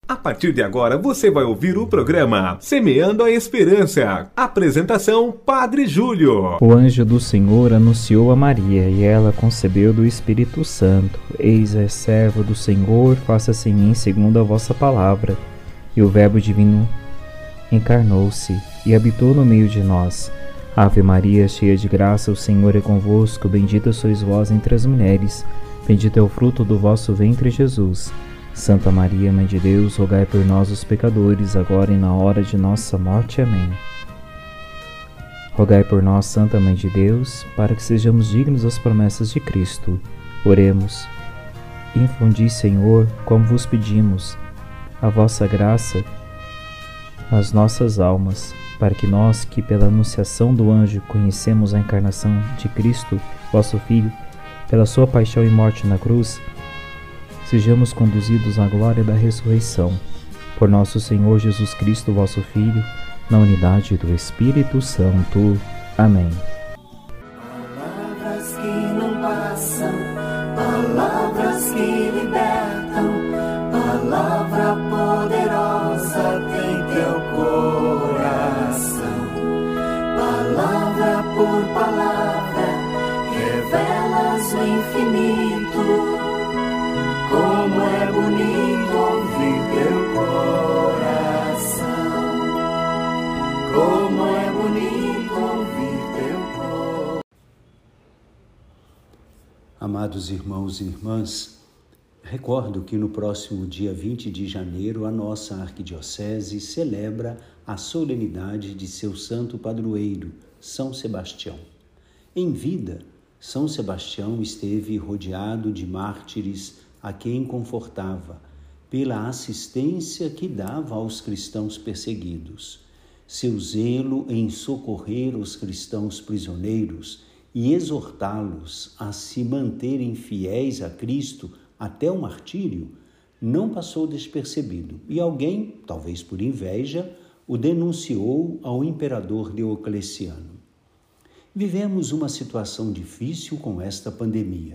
A partir de agora você vai ouvir o programa Semeando a Esperança. Apresentação Padre Júlio. O anjo do Senhor anunciou a Maria e ela concebeu do Espírito Santo. Eis a serva do Senhor, faça-se em mim segundo a vossa palavra. E o Verbo divino encarnou-se e habitou no meio de nós. Ave Maria, cheia de graça, o Senhor é convosco. Bendita sois vós entre as mulheres. Bendito é o fruto do vosso ventre, Jesus. Santa Maria, Mãe de Deus, rogai por nós os pecadores, agora e na hora de nossa morte. Amém. Rogai por nós, Santa Mãe de Deus, para que sejamos dignos das promessas de Cristo. Oremos. Infundi, Senhor, como vos pedimos, a vossa graça nas nossas almas, para que nós, que pela anunciação do anjo conhecemos a encarnação de Cristo, vosso Filho, pela sua paixão e morte na cruz, sejamos conduzidos à glória da ressurreição. Por nosso Senhor Jesus Cristo, vosso Filho, na unidade do Espírito Santo. Amém. Palavras que não passam, palavras que libertam, palavra poderosa tem teu coração. Palavra por palavra, revelas o infinito. Como é bonito ouvir teu coração. Como é bonito ouvir teu coração. Amados irmãos e irmãs, recordo que no próximo dia 20 de janeiro a nossa arquidiocese celebra a solenidade de seu santo padroeiro, São Sebastião. Em vida, São Sebastião esteve rodeado de mártires a quem confortava, pela assistência que dava aos cristãos perseguidos. Seu zelo em socorrer os cristãos prisioneiros e exortá-los a se manterem fiéis a Cristo até o martírio não passou despercebido, e alguém, talvez por inveja, o denunciou ao imperador Diocleciano. Vivemos uma situação difícil com esta pandemia.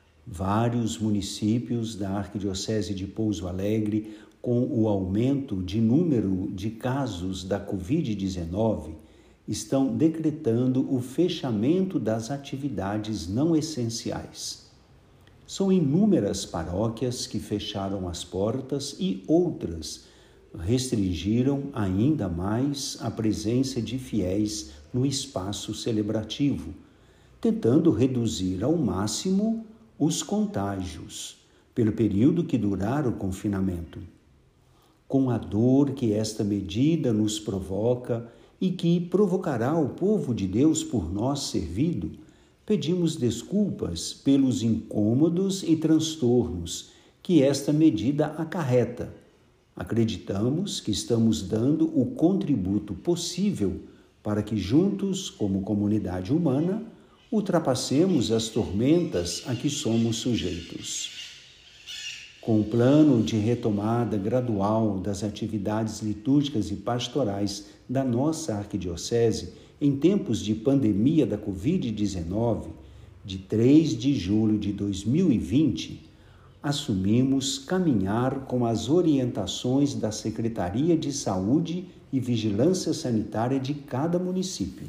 Vários municípios da Arquidiocese de Pouso Alegre, com o aumento de número de casos da Covid-19, estão decretando o fechamento das atividades não essenciais. São inúmeras paróquias que fecharam as portas e outras restringiram ainda mais a presença de fiéis no espaço celebrativo, tentando reduzir ao máximo os contágios, pelo período que durar o confinamento. Com a dor que esta medida nos provoca e que provocará o povo de Deus por nós servido, pedimos desculpas pelos incômodos e transtornos que esta medida acarreta. Acreditamos que estamos dando o contributo possível para que juntos, como comunidade humana, ultrapassemos as tormentas a que somos sujeitos. Com o plano de retomada gradual das atividades litúrgicas e pastorais da nossa arquidiocese em tempos de pandemia da Covid-19, de 3 de julho de 2020, assumimos caminhar com as orientações da Secretaria de Saúde e Vigilância Sanitária de cada município.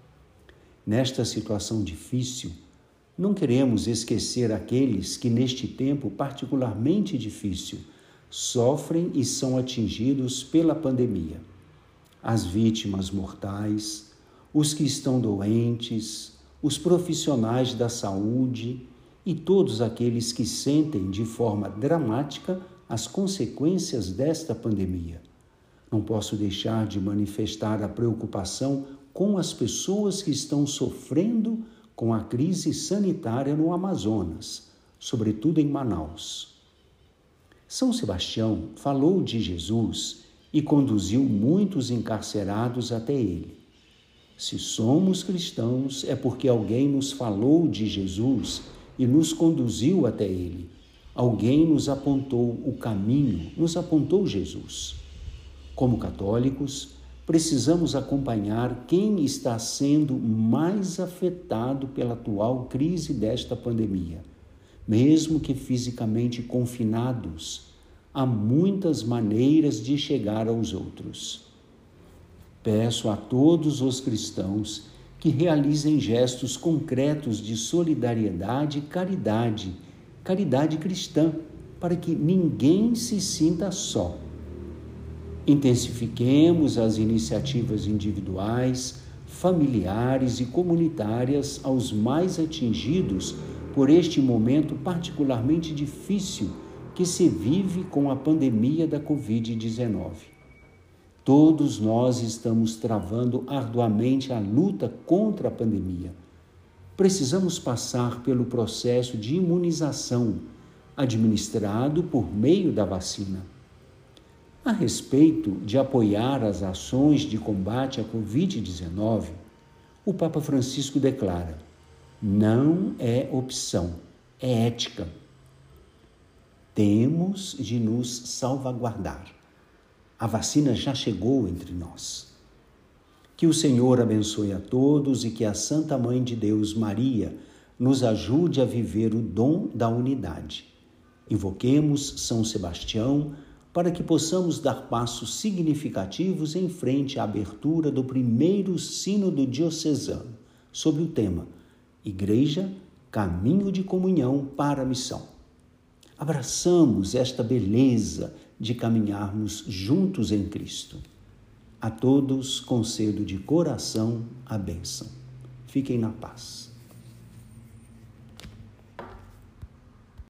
Nesta situação difícil, não queremos esquecer aqueles que, neste tempo particularmente difícil, sofrem e são atingidos pela pandemia. As vítimas mortais, os que estão doentes, os profissionais da saúde e todos aqueles que sentem de forma dramática as consequências desta pandemia. Não posso deixar de manifestar a preocupação com as pessoas que estão sofrendo com a crise sanitária no Amazonas, sobretudo em Manaus. São Sebastião falou de Jesus e conduziu muitos encarcerados até ele. Se somos cristãos, é porque alguém nos falou de Jesus e nos conduziu até ele. Alguém nos apontou o caminho, nos apontou Jesus. Como católicos, precisamos acompanhar quem está sendo mais afetado pela atual crise desta pandemia. Mesmo que fisicamente confinados, há muitas maneiras de chegar aos outros. Peço a todos os cristãos que realizem gestos concretos de solidariedade e caridade cristã, para que ninguém se sinta só. Intensifiquemos as iniciativas individuais, familiares e comunitárias aos mais atingidos por este momento particularmente difícil que se vive com a pandemia da Covid-19. Todos nós estamos travando arduamente a luta contra a pandemia. Precisamos passar pelo processo de imunização administrado por meio da vacina. A respeito de apoiar as ações de combate à Covid-19, o Papa Francisco declara: não é opção, é ética. Temos de nos salvaguardar. A vacina já chegou entre nós. Que o Senhor abençoe a todos e que a Santa Mãe de Deus, Maria, nos ajude a viver o dom da unidade. Invoquemos São Sebastião para que possamos dar passos significativos em frente à abertura do primeiro sínodo diocesano, sob o tema Igreja, caminho de comunhão para a missão. Abraçamos esta beleza de caminharmos juntos em Cristo. A todos concedo de coração a bênção. Fiquem na paz.